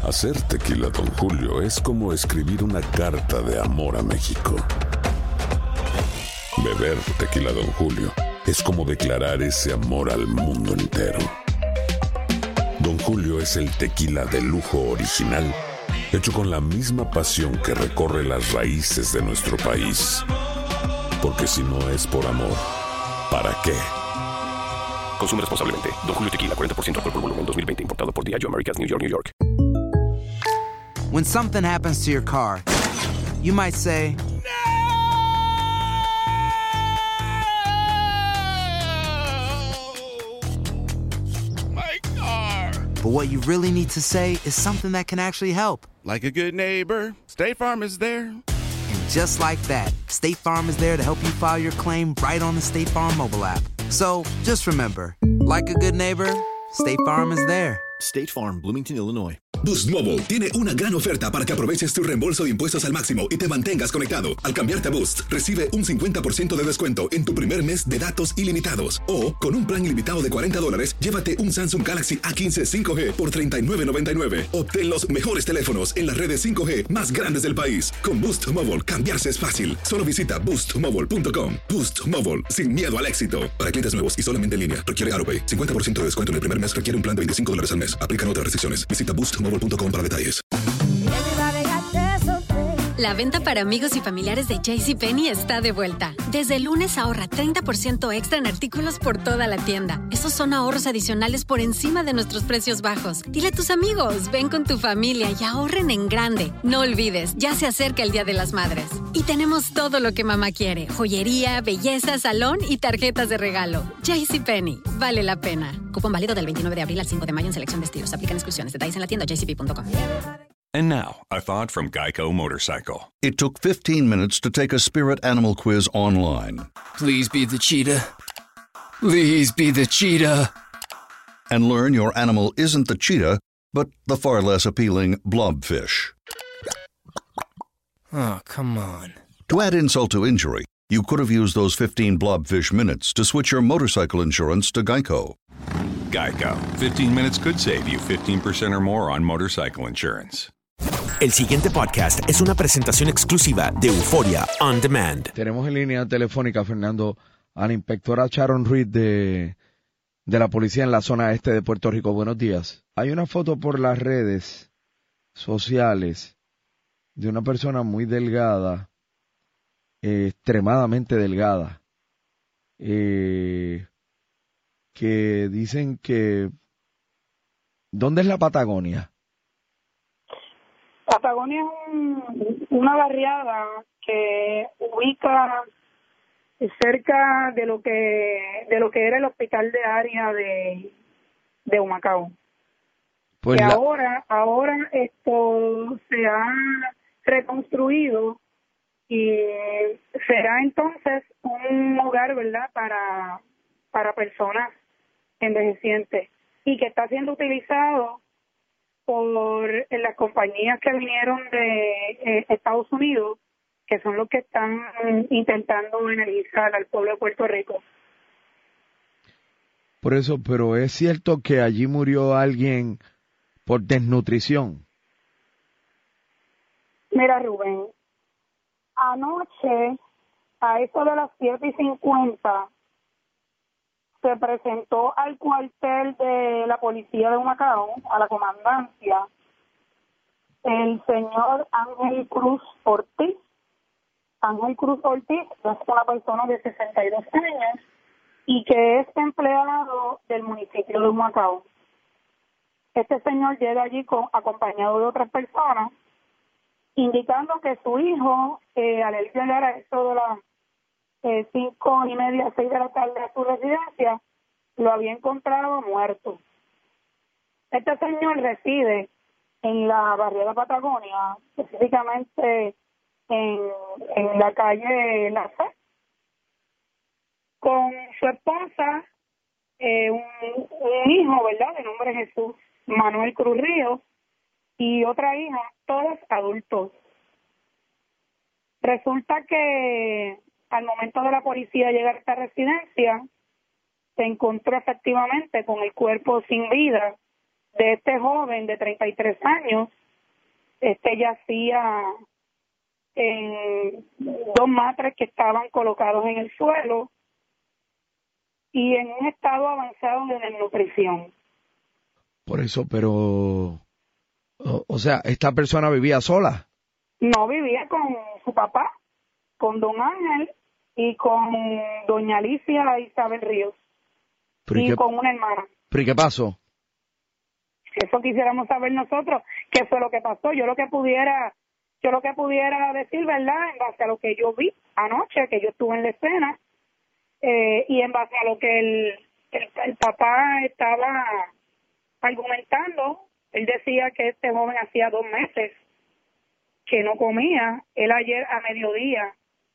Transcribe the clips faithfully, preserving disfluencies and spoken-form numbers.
Hacer tequila Don Julio es como escribir una carta de amor a México. Beber tequila Don Julio es como declarar ese amor al mundo entero. Don Julio es el tequila de lujo original, hecho con la misma pasión que recorre las raíces de nuestro país. Porque si no es por amor, ¿para qué? Consume responsablemente. Don Julio Tequila, cuarenta por ciento alcohol por volumen, dos mil veinte. Importado por Diageo Americas, New York, New York. When something happens to your car, you might say, but what you really need to say is something that can actually help. Like a good neighbor, State Farm is there. And just like that, State Farm is there to help you file your claim right on the State Farm mobile app. So just remember, like a good neighbor, State Farm is there. State Farm, Bloomington, Illinois. Boost Mobile tiene una gran oferta para que aproveches tu reembolso de impuestos al máximo y te mantengas conectado. Al cambiarte a Boost, recibe un cincuenta por ciento de descuento en tu primer mes de datos ilimitados. O, con un plan ilimitado de cuarenta dólares, llévate un Samsung Galaxy A quince cinco G por treinta y nueve noventa y nueve. Obtén los mejores teléfonos en las redes cinco G más grandes del país. Con Boost Mobile, cambiarse es fácil. Solo visita boost mobile punto com. Boost Mobile, sin miedo al éxito. Para clientes nuevos y solamente en línea, requiere AutoPay. cincuenta por ciento de descuento en el primer mes requiere un plan de veinticinco dólares al mes. Aplican otras restricciones. Visita boost mobile punto com para detalles. La venta para amigos y familiares de JCPenney está de vuelta. Desde el lunes ahorra treinta por ciento extra en artículos por toda la tienda. Esos son ahorros adicionales por encima de nuestros precios bajos. Dile a tus amigos, ven con tu familia y ahorren en grande. No olvides, ya se acerca el Día de las Madres. Y tenemos todo lo que mamá quiere. Joyería, belleza, salón y tarjetas de regalo. JCPenney, vale la pena. Cupón válido del veintinueve de abril al cinco de mayo en selección de estilos. Aplican exclusiones. Detalles en la tienda j c p punto com. And now, a thought from Geico Motorcycle. It took fifteen minutes to take a spirit animal quiz online. Please be the cheetah. Please be the cheetah. And learn your animal isn't the cheetah, but the far less appealing blobfish. Oh, come on. To add insult to injury, you could have used those fifteen blobfish minutes to switch your motorcycle insurance to Geico. Geico. fifteen minutes could save you fifteen percent or more on motorcycle insurance. El siguiente podcast es una presentación exclusiva de Euforia On Demand. Tenemos en línea telefónica, Fernando, a la inspectora Sharon Reed de, de la policía en la zona este de Puerto Rico. Buenos días. Hay una foto por las redes sociales de una persona muy delgada, eh, extremadamente delgada, eh, que dicen que... ¿Dónde es la Patagonia? Patagonia es un, una barriada que ubica cerca de lo que de lo que era el hospital de área de, de Humacao. Pues que la... ahora ahora esto se ha reconstruido y será entonces un lugar, ¿verdad?, para para personas envejecientes y que está siendo utilizado por las compañías que vinieron de eh, Estados Unidos, que son los que están intentando energizar al pueblo de Puerto Rico. Por eso, pero es cierto que allí murió alguien por desnutrición. Mira, Rubén, anoche, a eso de las siete y cincuenta, se presentó al cuartel de la policía de Humacao, a la comandancia, el señor Ángel Cruz Ortiz. Ángel Cruz Ortiz es una persona de sesenta y dos años y que es empleado del municipio de Humacao. Este señor llega allí con, acompañado de otras personas, indicando que su hijo, eh, al él llegar a eso de las Eh, cinco y media, seis de la tarde a su residencia, lo había encontrado muerto. Este señor reside en la barriada Patagonia, específicamente en, en la calle La Fe, con su esposa, eh, un, un hijo, ¿verdad?, de nombre Jesús Manuel Cruz Ríos, y otra hija, todos adultos. Resulta que al momento de la policía llegar a esta residencia, se encontró efectivamente con el cuerpo sin vida de este joven de treinta y tres años. Este yacía en dos matres que estaban colocados en el suelo y en un estado avanzado de desnutrición. Por eso, pero, o, o sea, ¿esta persona vivía sola? No, vivía con su papá, con don Ángel y con doña Alicia Isabel Ríos y qué, con una hermana. ¿Pero y qué pasó? Eso quisiéramos saber nosotros, qué fue lo que pasó. Yo lo que pudiera, yo lo que pudiera decir, ¿verdad?, en base a lo que yo vi anoche, que yo estuve en la escena, eh, y en base a lo que el, el, el papá estaba argumentando. Él decía que este joven hacía dos meses que no comía. Él ayer a mediodía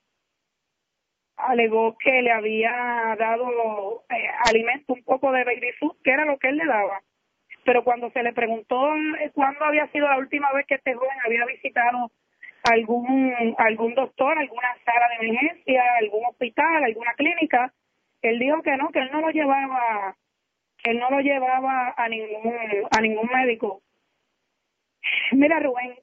alegó que le había dado eh, alimento, un poco de baby food, que era lo que él le daba. Pero cuando se le preguntó cuándo había sido la última vez que este joven había visitado algún algún doctor, alguna sala de emergencia, algún hospital, alguna clínica, él dijo que no, que él no lo llevaba, que él no lo llevaba a ningún a ningún médico. Mira, Rubén,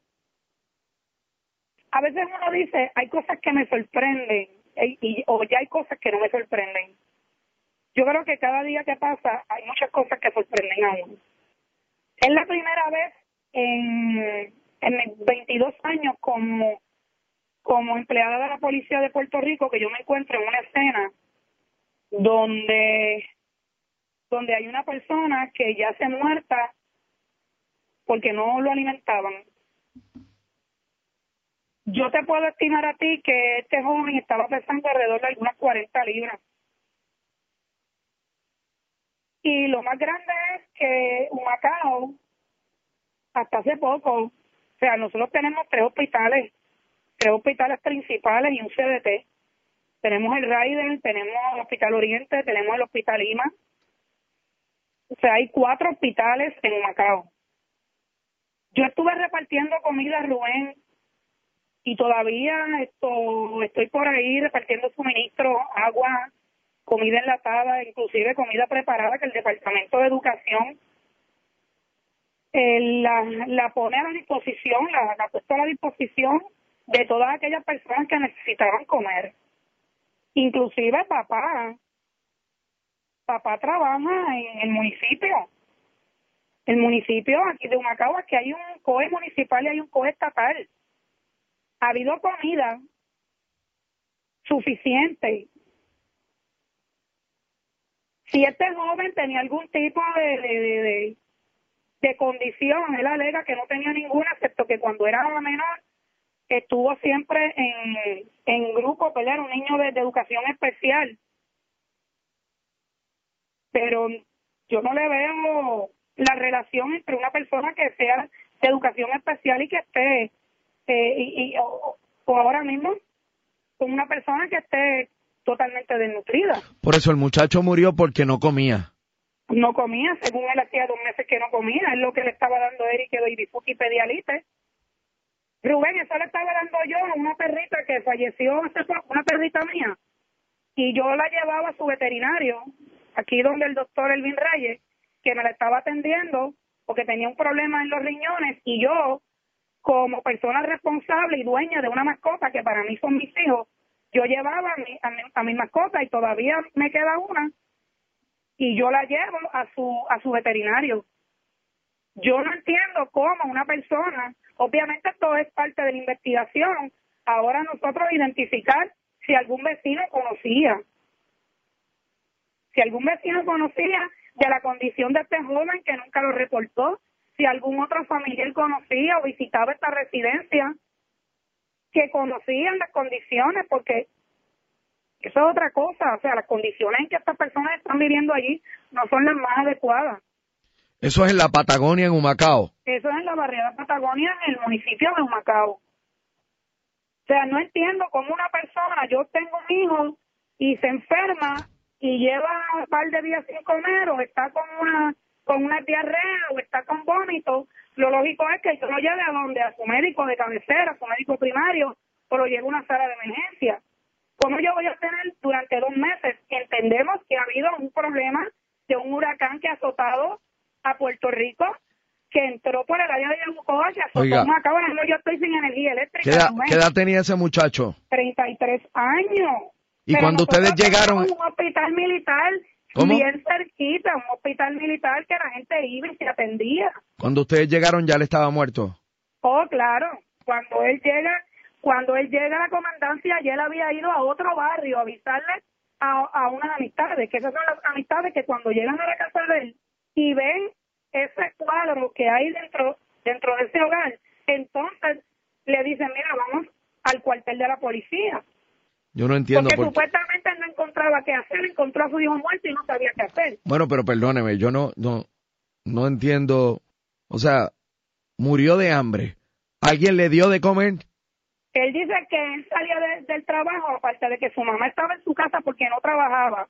a veces uno dice, hay cosas que me sorprenden, y, y, o ya hay cosas que no me sorprenden. Yo creo que cada día que pasa hay muchas cosas que sorprenden a uno. Es la primera vez en, en mis veintidós años como, como empleada de la policía de Puerto Rico que yo me encuentro en una escena donde, donde hay una persona que yace muerta porque no lo alimentaban. Yo te puedo estimar a ti que este joven estaba pesando alrededor de algunas cuarenta libras. Y lo más grande es que Humacao, hasta hace poco, o sea, nosotros tenemos tres hospitales, tres hospitales principales y un C D T. Tenemos el Ryder, tenemos el Hospital Oriente, tenemos el Hospital Lima. O sea, hay cuatro hospitales en Humacao. Yo estuve repartiendo comida, Rubén, y todavía esto, estoy por ahí repartiendo suministros, agua, comida enlatada, inclusive comida preparada que el Departamento de Educación eh, la, la pone a la disposición, la, la ha puesto a la disposición de todas aquellas personas que necesitaban comer. Inclusive papá, papá trabaja en el municipio, el municipio aquí de Humacao, que hay un C O E municipal y hay un C O E estatal. Ha habido comida suficiente. Si este joven tenía algún tipo de, de, de, de, de condición, él alega que no tenía ninguna, excepto que cuando era menor estuvo siempre en, en grupo, ¿verdad? Era un niño de, de educación especial. Pero yo no le veo la relación entre una persona que sea de educación especial y que esté, eh, y, y, o, o ahora mismo, con una persona que esté totalmente desnutrida. Por eso el muchacho murió porque no comía. No comía, según él hacía dos meses que no comía, es lo que le estaba dando Eric de Ibifuki y Pedialite. Rubén, eso le estaba dando yo a una perrita que falleció hace poco, una perrita mía, y yo la llevaba a su veterinario, aquí donde el doctor Elvin Reyes, que me la estaba atendiendo porque tenía un problema en los riñones, y yo, como persona responsable y dueña de una mascota que para mí son mis hijos, yo llevaba a mi, a mi, a mi mascota y todavía me queda una, y yo la llevo a su a su veterinario. Yo no entiendo cómo una persona, obviamente todo es parte de la investigación, ahora nosotros identificar si algún vecino conocía, si algún vecino conocía de la condición de este joven que nunca lo reportó, si algún otro familiar conocía o visitaba esta residencia, que conocían las condiciones, porque eso es otra cosa, o sea, las condiciones en que estas personas están viviendo allí no son las más adecuadas. Eso es en la Patagonia, en Humacao. Eso es en la barriada Patagonia, en el municipio de Humacao. O sea, no entiendo cómo una persona, yo tengo un hijo y se enferma y lleva un par de días sin comer, o está con una con una diarrea, o está con vómito. Lo lógico es que yo lo lleve a donde, a su médico de cabecera, a su médico primario, o lo lleve a una sala de emergencia. ¿Cómo yo voy a tener durante dos meses? Entendemos que ha habido un problema de un huracán que ha azotado a Puerto Rico, que entró por el área de Yabucoa, que azotó Oiga. un acabo, no, yo estoy sin energía eléctrica. ¿Qué edad, Rubén. qué edad tenía ese muchacho? treinta y tres años. Y Pero cuando ustedes nosotros llegaron... teníamos un hospital militar ¿Cómo? bien cerquita, un hospital militar que la gente iba y se atendía. Cuando ustedes llegaron ya él estaba muerto. Oh, claro. Cuando él llega, cuando él llega a la comandancia, ya él había ido a otro barrio a avisarle a, a unas amistades, que esas son las amistades que cuando llegan a la casa de él y ven ese cuadro que hay dentro dentro de ese hogar, entonces le dicen, mira, vamos al cuartel de la policía. Yo no entiendo Porque por qué. supuestamente él no encontraba qué hacer, encontró a su hijo muerto y no sabía qué hacer. Bueno, pero perdóneme, yo no, no, no entiendo. O sea, murió de hambre. ¿Alguien le dio de comer? Él dice que él salía de- del trabajo, aparte de que su mamá estaba en su casa porque no trabajaba.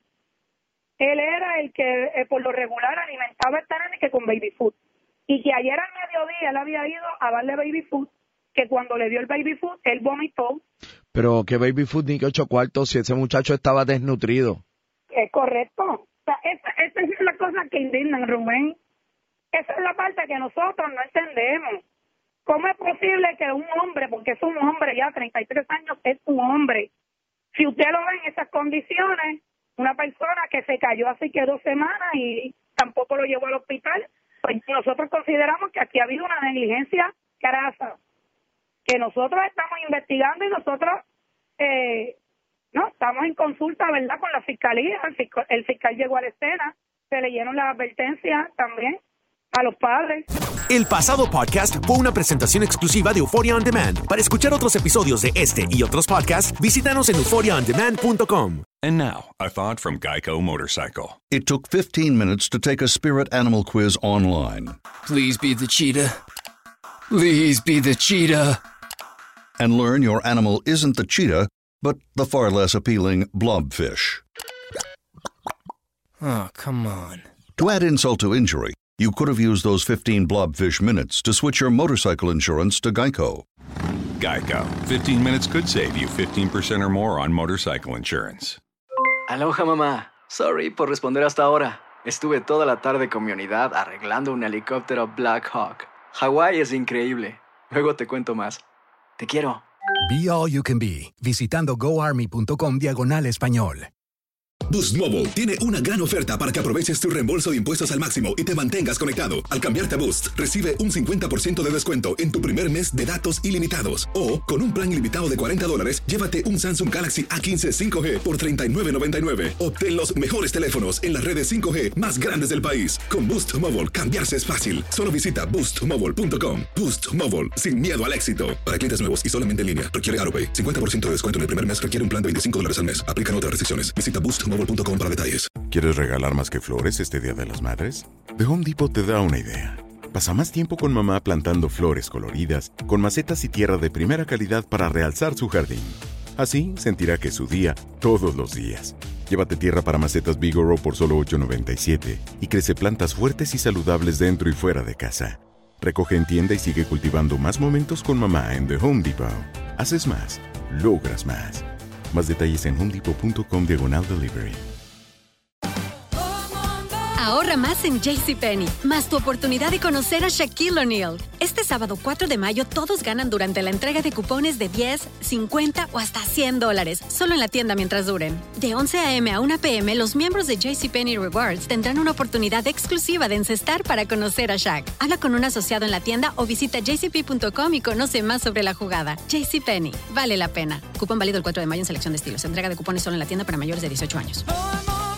Él era el que eh, por lo regular alimentaba a esta nene que con baby food. Y que ayer al mediodía él había ido a darle baby food, que cuando le dio el baby food, él vomitó. Pero que baby food ni que ocho cuartos si ese muchacho estaba desnutrido. Es correcto. O sea, esa, esa es la cosa que indignan, Rubén. Esa es la parte que nosotros no entendemos. ¿Cómo es posible que un hombre, porque es un hombre ya, treinta y tres años, es un hombre, si usted lo ve en esas condiciones, una persona que se cayó hace que dos semanas y tampoco lo llevó al hospital, pues nosotros consideramos que aquí ha habido una negligencia grasa, que nosotros estamos investigando y nosotros eh, no estamos en consulta, ¿verdad?, con la fiscalía. El fiscal, el fiscal llegó a la escena, se leyeron las advertencias también a los padres. El pasado podcast fue una presentación exclusiva de Euphoria On Demand. Para escuchar otros episodios de este y otros podcasts, visítanos en euphoria on demand punto com. And now, a thought from Geico Motorcycle. It took fifteen minutes to take a spirit animal quiz online. Please be the cheetah. Please be the cheetah. And learn your animal isn't the cheetah, but the far less appealing blobfish. Oh, come on. To add insult to injury, you could have used those fifteen blobfish minutes to switch your motorcycle insurance to Geico. Geico. fifteen minutes could save you fifteen percent or more on motorcycle insurance. Aloha, mamá. Sorry por responder hasta ahora. Estuve toda la tarde con mi unidad arreglando un helicóptero Black Hawk. Hawái es increíble. Luego te cuento más. Te quiero. Be All You Can Be, visitando goarmy.com diagonal español. Boost Mobile tiene una gran oferta para que aproveches tu reembolso de impuestos al máximo y te mantengas conectado. Al cambiarte a Boost, recibe un cincuenta por ciento de descuento en tu primer mes de datos ilimitados. O, con un plan ilimitado de cuarenta dólares, llévate un Samsung Galaxy A quince cinco G por treinta y nueve noventa y nueve. Obtén los mejores teléfonos en las redes cinco G más grandes del país. Con Boost Mobile, cambiarse es fácil. Solo visita boost mobile punto com. Boost Mobile, sin miedo al éxito. Para clientes nuevos y solamente en línea, requiere AutoPay. cincuenta por ciento de descuento en el primer mes requiere un plan de veinticinco dólares al mes. Aplican otras restricciones. Visita boost mobile punto com para detalles. ¿Quieres regalar más que flores este Día de las Madres? The Home Depot te da una idea. Pasa más tiempo con mamá plantando flores coloridas, con macetas y tierra de primera calidad para realzar su jardín. Así sentirá que es su día todos los días. Llévate tierra para macetas Vigoro por solo ocho noventa y siete y crece plantas fuertes y saludables dentro y fuera de casa. Recoge en tienda y sigue cultivando más momentos con mamá en The Home Depot. Haces más, logras más. Más detalles en homedepot.com diagonal delivery. Ahorra más en JCPenney, más tu oportunidad de conocer a Shaquille O'Neal. Este sábado cuatro de mayo todos ganan durante la entrega de cupones de diez, cincuenta o hasta cien dólares, solo en la tienda mientras duren. De once a eme a una pe eme, los miembros de JCPenney Rewards tendrán una oportunidad exclusiva de encestar para conocer a Shaq. Habla con un asociado en la tienda o visita j c p punto com y conoce más sobre la jugada. JCPenney, vale la pena. Cupón válido el cuatro de mayo en selección de estilos. Entrega de cupones solo en la tienda para mayores de dieciocho años.